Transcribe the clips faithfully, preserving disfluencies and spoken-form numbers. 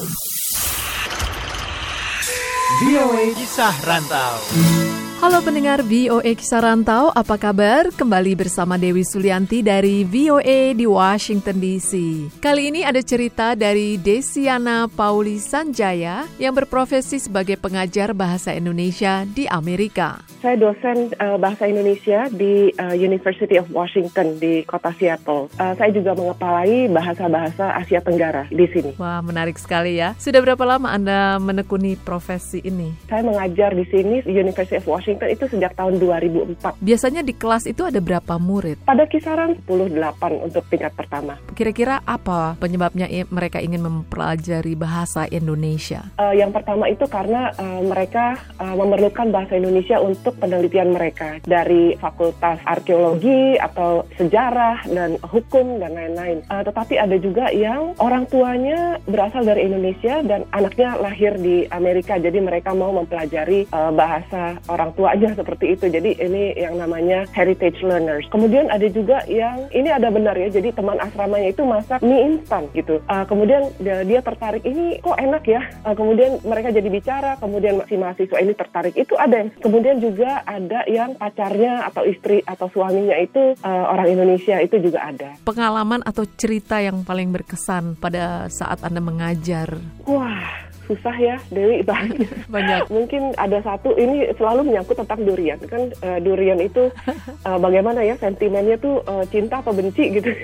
V O A Kisah Rantau. Halo pendengar V O A Kisah Rantau, apa kabar? Kembali bersama Dewi Sulianti dari V O A di Washington D C. Kali ini ada cerita dari Desiana Pauli Sanjaya yang berprofesi sebagai pengajar bahasa Indonesia di Amerika. Saya dosen uh, bahasa Indonesia di uh, University of Washington di kota Seattle. Uh, saya juga mengepalai bahasa-bahasa Asia Tenggara di sini. Wah, menarik sekali ya. Sudah berapa lama Anda menekuni profesi ini? Saya mengajar di sini di University of Washington itu sejak tahun dua ribu empat. Biasanya di kelas itu ada berapa murid? Pada kisaran sepuluh delapan untuk tingkat pertama. Kira-kira apa penyebabnya i- mereka ingin mempelajari bahasa Indonesia? Uh, yang pertama itu karena uh, mereka uh, memerlukan bahasa Indonesia untuk penelitian mereka dari fakultas arkeologi atau sejarah dan hukum dan lain-lain. Uh, tetapi ada juga yang orang tuanya berasal dari Indonesia dan anaknya lahir di Amerika, jadi mereka mau mempelajari uh, bahasa orang tuanya seperti itu. Jadi ini yang namanya heritage learners. Kemudian ada juga yang ini ada benar ya. Jadi teman asramanya itu masak mie instan gitu. Uh, kemudian dia, dia tertarik, ini kok enak ya. Uh, kemudian mereka jadi bicara. Kemudian si mahasiswa ini tertarik. Itu ada. Kemudian juga ada yang pacarnya atau istri atau suaminya itu uh, orang Indonesia, itu juga ada. Pengalaman atau cerita yang paling berkesan pada saat Anda mengajar? Wah, susah ya, Dewi, banyak. Banyak. Mungkin ada satu, ini selalu menyangkut tentang durian. Kan uh, durian itu uh, bagaimana ya, sentimennya tuh uh, cinta atau benci gitu.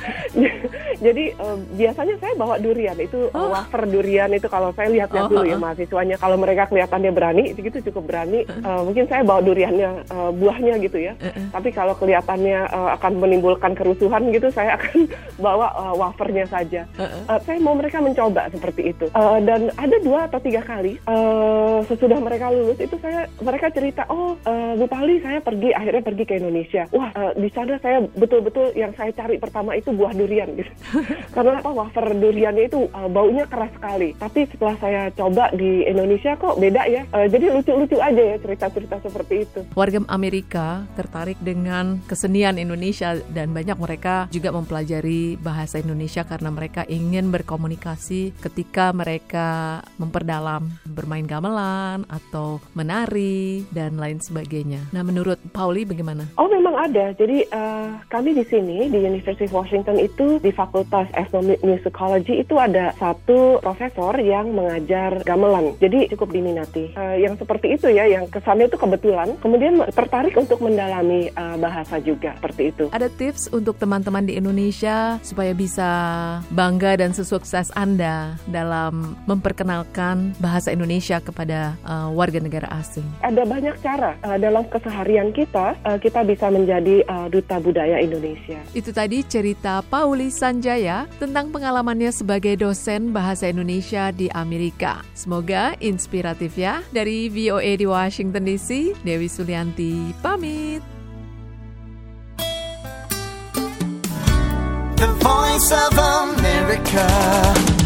Jadi uh, biasanya saya bawa durian, itu uh, Oh. wafer durian itu kalau saya lihat-lihat Oh, dulu oh, ya oh. mahasiswanya. Kalau mereka kelihatannya berani, itu cukup berani. Uh, mungkin saya bawa duriannya, uh, buahnya gitu ya. Uh-uh. Tapi kalau kelihatannya uh, akan menimbulkan kerusuhan gitu, saya akan bawa uh, wafernya saja. Uh-uh. Uh, saya mau mereka mencoba seperti itu. Uh, dan ada dua atau tiga kali uh, sesudah mereka lulus itu saya mereka cerita, oh uh, Bu Pali saya pergi akhirnya pergi ke Indonesia. Wah uh, di sana saya betul-betul yang saya cari pertama itu buah durian gitu. Karena apa, wafer duriannya itu uh, baunya keras sekali. Tapi setelah saya coba di Indonesia kok beda ya. Uh, jadi lucu-lucu aja ya cerita-cerita seperti itu. Warga Amerika tertarik dengan kesenian Indonesia dan banyak mereka juga mempelajari bahasa Indonesia karena mereka ingin berkomunikasi ketika mereka memperdalam bermain gamelan atau menari dan lain sebagainya. Nah, menurut Pauli bagaimana? Oh, memang ada. Jadi uh, kami di sini di University of Washington itu di Fakultas Ethnomusicology itu ada satu profesor yang mengajar gamelan. Jadi cukup diminati. Uh, yang seperti itu ya, yang kesannya itu kebetulan. Kemudian tertarik untuk mendalami uh, bahasa juga seperti itu. Ada tips untuk teman-teman di Indonesia supaya bisa bangga dan sesukses Anda dalam memperkenalkan bahasa Indonesia kepada uh, warga negara asing? Ada banyak cara uh, dalam keseharian kita, uh, kita bisa menjadi uh, duta budaya Indonesia. Itu tadi cerita Pauli Sanjaya tentang pengalamannya sebagai dosen bahasa Indonesia di Amerika. Semoga inspiratif ya. Dari V O A di Washington D C, Dewi Sulianti pamit. The Voice of America.